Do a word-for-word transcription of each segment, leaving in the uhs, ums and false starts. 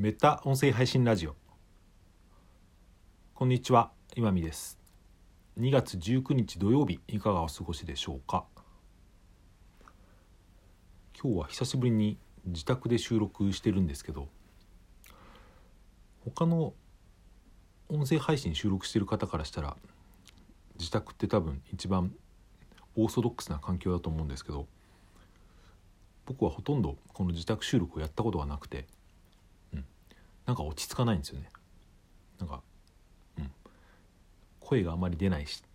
メタ音声配信ラジオ。こんにちは、今見です。にがつじゅうくにち土曜日、いかがお過ごしでしょうか。今日は久しぶりに自宅で収録してるんですけど、他の音声配信収録してる方からしたら自宅って多分一番オーソドックスな環境だと思うんですけど、僕はほとんどこの自宅収録をやったことがなくて、うん、なんか落ち着かないんですよね。なんか、うん、声があまり出ないし、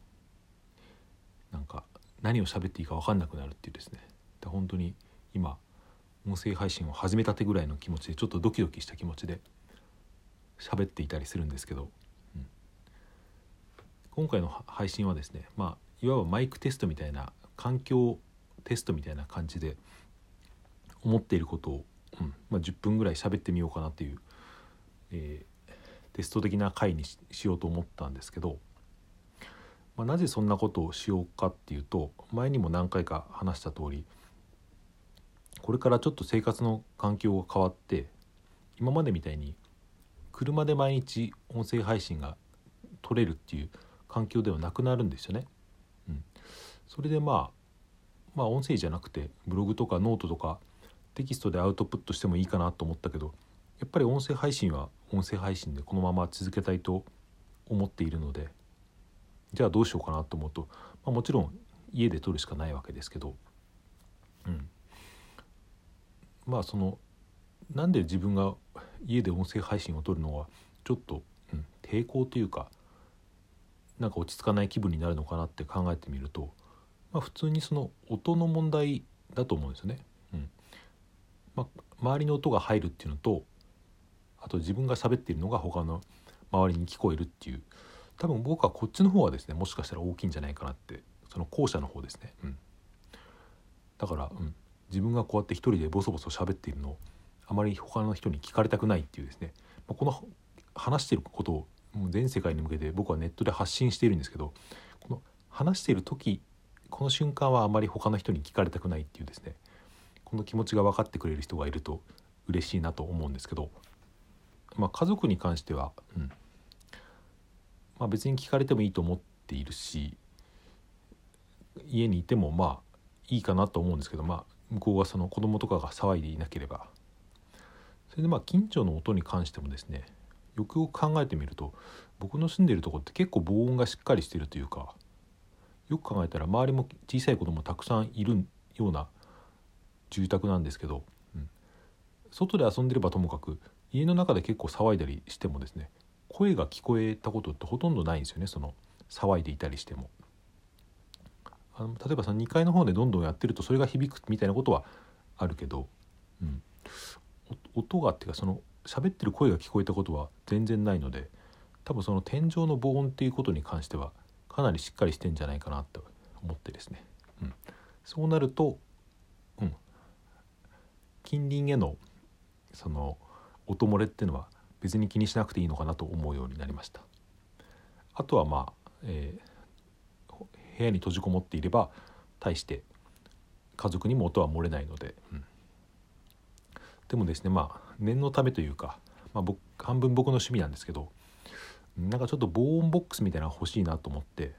なんか何を喋っていいか分かんなくなるっていうですね。で本当に今音声配信を始めたてぐらいの気持ちで、ちょっとドキドキした気持ちで喋っていたりするんですけど、うん、今回の配信はですね、まあいわばマイクテストみたいな、環境テストみたいな感じで思っていることを、うんまあ、じゅっぷんぐらい喋ってみようかなという、えー、テスト的な回に し, しようと思ったんですけど、まあ、なぜそんなことをしようかっていうと、前にも何回か話した通り、これからちょっと生活の環境が変わって、今までみたいに車で毎日音声配信が取れるっていう環境ではなくなるんですよね。うん、それでまあまあ音声じゃなくてブログとかノートとかテキストでアウトプットしてもいいかなと思ったけど、やっぱり音声配信は音声配信でこのまま続けたいと思っているので、じゃあどうしようかなと思うと、まあ、もちろん家で撮るしかないわけですけど、うん、まあそのなんで自分が家で音声配信を撮るのはちょっと、うん、抵抗というか、なんか落ち着かない気分になるのかなって考えてみると、まあ、普通にその音の問題だと思うんですよね。うんまあ、周りの音が入るっていうのと、あと自分が喋っているのが他の周りに聞こえるっていう、多分僕はこっちの方はですね、もしかしたら大きいんじゃないかなって、その後者の方ですね。うん、だから、うん、自分がこうやって一人でボソボソ喋っているのをあまり他の人に聞かれたくないっていうですね、まあ、この話していることをもう全世界に向けて僕はネットで発信しているんですけど、この話している時、この瞬間はあまり他の人に聞かれたくないっていうですね、この気持ちが分かってくれる人がいると嬉しいなと思うんですけど、まあ、家族に関しては、うんまあ、別に聞かれてもいいと思っているし、家にいてもまあいいかなと思うんですけど、まあ、向こうがその子供とかが騒いでいなければ。それでまあ近所の音に関してもですね、よくよく考えてみると、僕の住んでいるところって結構防音がしっかりしているというか、よく考えたら周りも小さい子供たくさんいるような住宅なんですけど、うん、外で遊んでればともかく家の中で結構騒いだりしてもですね、声が聞こえたことってほとんどないんですよね。その騒いでいたりしても、あの例えばそのにかいの方でどんどんやってるとそれが響くみたいなことはあるけど、うん、音がっていうか、その喋ってる声が聞こえたことは全然ないので、多分その天井の防音っていうことに関してはかなりしっかりしてんじゃないかなと思ってですね、うん、そうなると、うん、近隣へのその音漏れっていうのは別に気にしなくていいのかなと思うようになりました。あとはまあ、えー、部屋に閉じこもっていれば大して家族にも音は漏れないので、うん、でもですね、まあ念のためというか、まあ、僕半分僕の趣味なんですけど、なんかちょっと防音ボックスみたいなのが欲しいなと思って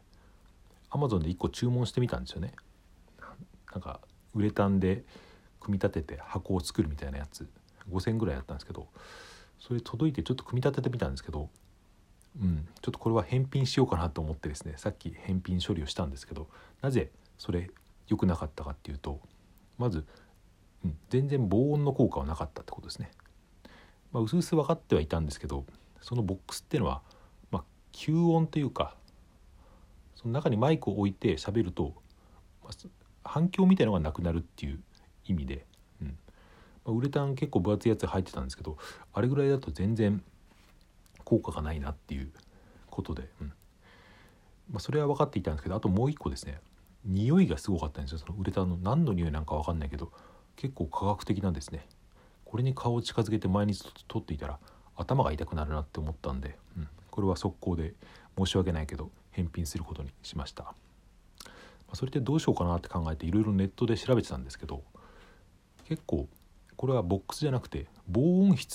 Amazon でいっこ注文してみたんですよね。なんかウレタンで組み立てて箱を作るみたいなやつ、ごせんえんぐらいだったんですけど、それ届いてちょっと組み立ててみたんですけど、うん、ちょっとこれは返品しようかなと思ってですね、さっき返品処理をしたんですけど、なぜそれ良くなかったかっていうと、まず、うん、全然防音の効果はなかったってことですね。まあ、うすうす分かってはいたんですけど、そのボックスっていうのは、まあ、吸音というか、その中にマイクを置いて喋ると、まあ、反響みたいなのがなくなるっていう意味で、うんまあ、ウレタン結構分厚いやつ入ってたんですけど、あれぐらいだと全然効果がないなっていうことで、うんまあ、それは分かっていたんですけど、あともう一個ですね、匂いがすごかったんですよ。そのウレタンの何の匂いなんか分かんないけど、結構科学的なんですね。これに顔を近づけて毎日撮っていたら頭が痛くなるなって思ったんで、うん、これは速攻で申し訳ないけど返品することにしました。まあ、それでどうしようかなって考えていろいろネットで調べてたんですけど、結構これはボックスじゃなくて防音室を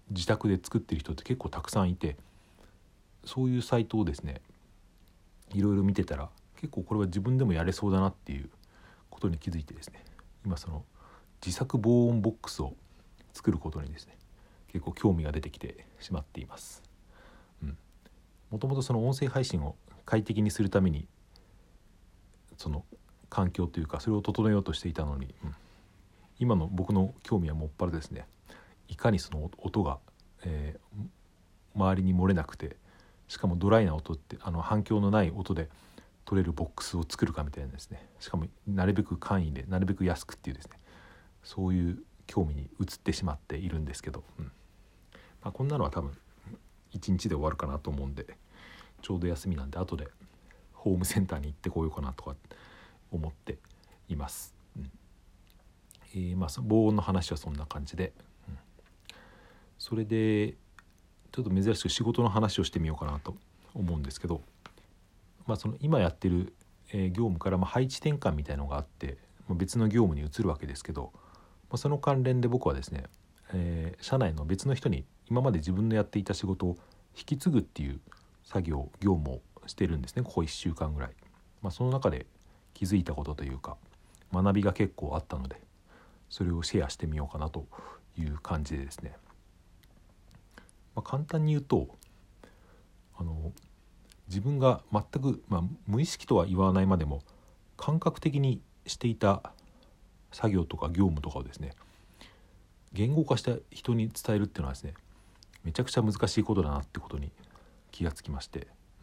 自宅で作ってる人って結構たくさんいて、そういうサイトをですねいろいろ見てたら結構これは自分でもやれそうだなっていうことに気づいてですね、今その自作防音ボックスを作ることにですね結構興味が出てきてしまっています。うん、もともとその音声配信を快適にするためにその環境というかそれを整えようとしていたのに、うん、今の僕の興味はもっぱらですね、いかにその音が、えー、周りに漏れなくて、しかもドライな音ってあの反響のない音で撮れるボックスを作るかみたいなですね、しかもなるべく簡易でなるべく安くっていうですね、そういう興味に移ってしまっているんですけど、うんまあ、こんなのは多分いちにちで終わるかなと思うんで、ちょうど休みなんで後でホームセンターに行ってこようかなとか思っています。うんえー、まあ防音の話はそんな感じで、うん、それでちょっと珍しく仕事の話をしてみようかなと思うんですけど、まあ、その今やってる、えー、業務からまあ配置転換みたいのがあって、まあ、別の業務に移るわけですけど、まあ、その関連で僕はですね、えー、社内の別の人に今まで自分のやっていた仕事を引き継ぐっていう作業業務をしてるんですね、ここいっしゅうかんぐらい。まあ、その中で気づいたことというか学びが結構あったので、それをシェアしてみようかなという感じでですね、まあ、簡単に言うとあの自分が全く、まあ、無意識とは言わないまでも感覚的にしていた作業とか業務とかをですね言語化した人に伝えるっていうのはですねめちゃくちゃ難しいことだなってことに気がつきまして、うん、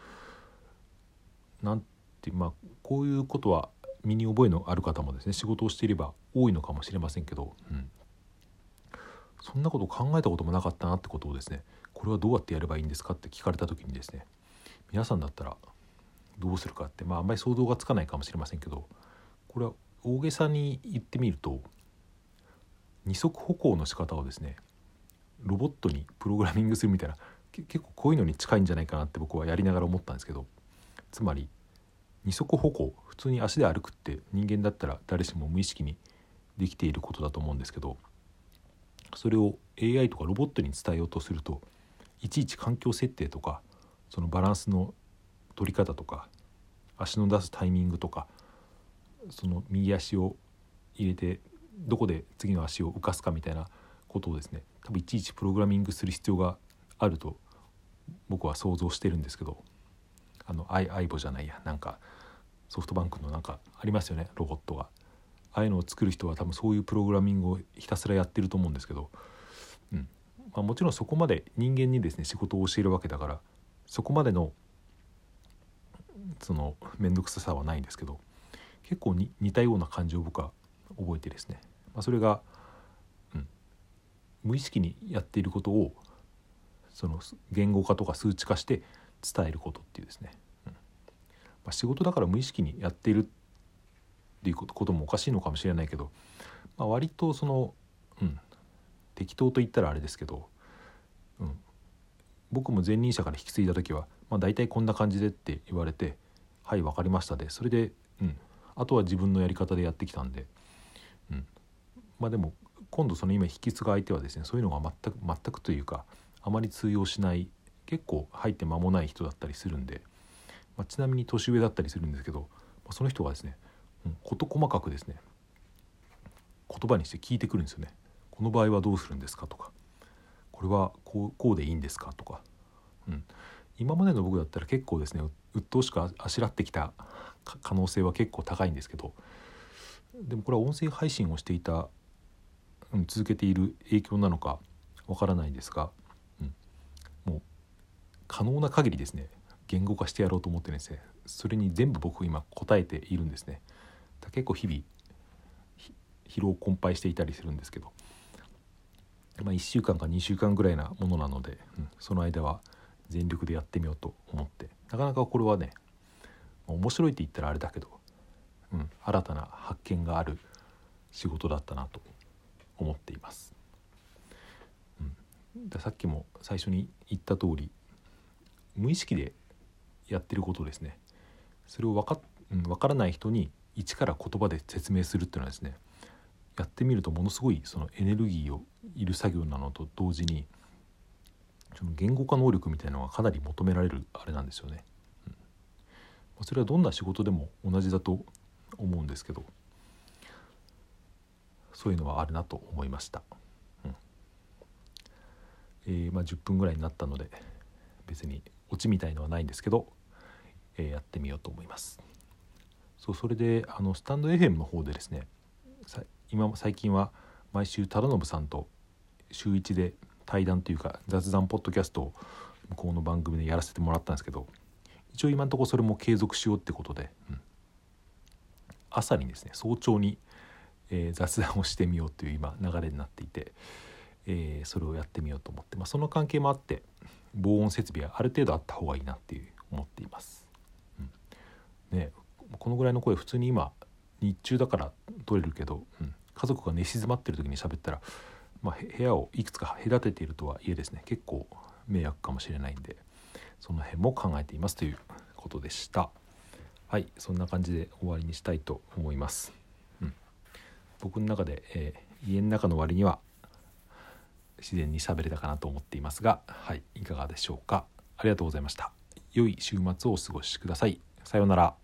なんてまあこういうことは身に覚えのある方もですね仕事をしていれば多いのかもしれませんけど、うん、そんなこと考えたこともなかったなってことをですね、これはどうやってやればいいんですかって聞かれた時にですね、皆さんだったらどうするかって、まああんまり想像がつかないかもしれませんけど、これは大げさに言ってみると二足歩行の仕方をですねロボットにプログラミングするみたいな、結構こういうのに近いんじゃないかなって僕はやりながら思ったんですけど、つまり二足歩行、普通に足で歩くって人間だったら誰しも無意識にできていることだと思うんですけど、それを エーアイ とかロボットに伝えようとするといちいち環境設定とかそのバランスの取り方とか足の出すタイミングとか、その右足を入れてどこで次の足を浮かすかみたいなことをですね多分いちいちプログラミングする必要があると僕は想像してるんですけど、あのアイアイボじゃないやなんかソフトバンクのなんかありますよねロボットが、ああいうのを作る人は多分そういうプログラミングをひたすらやってると思うんですけど、うんまあ、もちろんそこまで人間にですね仕事を教えるわけだからそこまでのその面倒くささはないんですけど、結構に似たような感じを僕は覚えてですね、まあ、それが、うん、無意識にやっていることをその言語化とか数値化して伝えることっていうですね、うんまあ、仕事だから無意識にやっているっていうこともおかしいのかもしれないけど、まあ、割とその、うん、適当と言ったらあれですけど、うん、僕も前任者から引き継いだ時は、まあ、大体こんな感じでって言われてはい分かりましたで、それで、うん、あとは自分のやり方でやってきたんで、うん、まあでも今度その今引き継ぐ相手はですねそういうのが全く全くというかあまり通用しない結構入って間もない人だったりするんで、まあ、ちなみに年上だったりするんですけど、まあ、その人がですね、うん、事細かくですね言葉にして聞いてくるんですよね。この場合はどうするんですかとか、これはこう、こうでいいんですかとか、うん、今までの僕だったら結構ですね鬱陶しくあしらってきた可能性は結構高いんですけど、でもこれは音声配信をしていた、うん、続けている影響なのかわからないんですが、うん、もう可能な限りですね言語化してやろうと思ってですね、それに全部僕今答えているんですね。結構日々疲労困憊していたりするんですけど、まあ、いっしゅうかんかにしゅうかんぐらいなものなので、うん、その間は全力でやってみようと思って、なかなかこれはね面白いって言ったらあれだけど、うん、新たな発見がある仕事だったなと思っています、うん、でさっきも最初に言った通り無意識でやってることですね、それを分か、うん、分からない人に一から言葉で説明するっていうのはですねやってみるとものすごいそのエネルギーをいる作業なのと同時にその言語化能力みたいなのがかなり求められるあれなんですよね。うん、それはどんな仕事でも同じだと思うんですけど、そういうのはあるなと思いました。うんえーまあ、じゅっぷんぐらいになったので別にオチみたいのはないんですけど、えー、やってみようと思います。そうそれであのスタンド エフエム の方でですね、今最近は毎週忠信さんと週いちで対談というか雑談ポッドキャストを向こうの番組でやらせてもらったんですけど、一応今のところそれも継続しようってことで、うん、朝にですね早朝に、えー、雑談をしてみようという今流れになっていて、えー、それをやってみようと思って、まあ、その関係もあって防音設備はある程度あった方がいいなっていう思っています。うん、ねこのぐらいの声普通に今日中だから取れるけど、うん、家族が寝静まってる時に喋ったら、まあ、部屋をいくつか隔てているとはいえですね結構迷惑かもしれないんで、その辺も考えていますということでした。はい、そんな感じで終わりにしたいと思います。うん、僕の中で、えー、家の中の割には自然に喋れたかなと思っていますが、はい、いかがでしょうか。ありがとうございました。良い週末をお過ごしください。さようなら。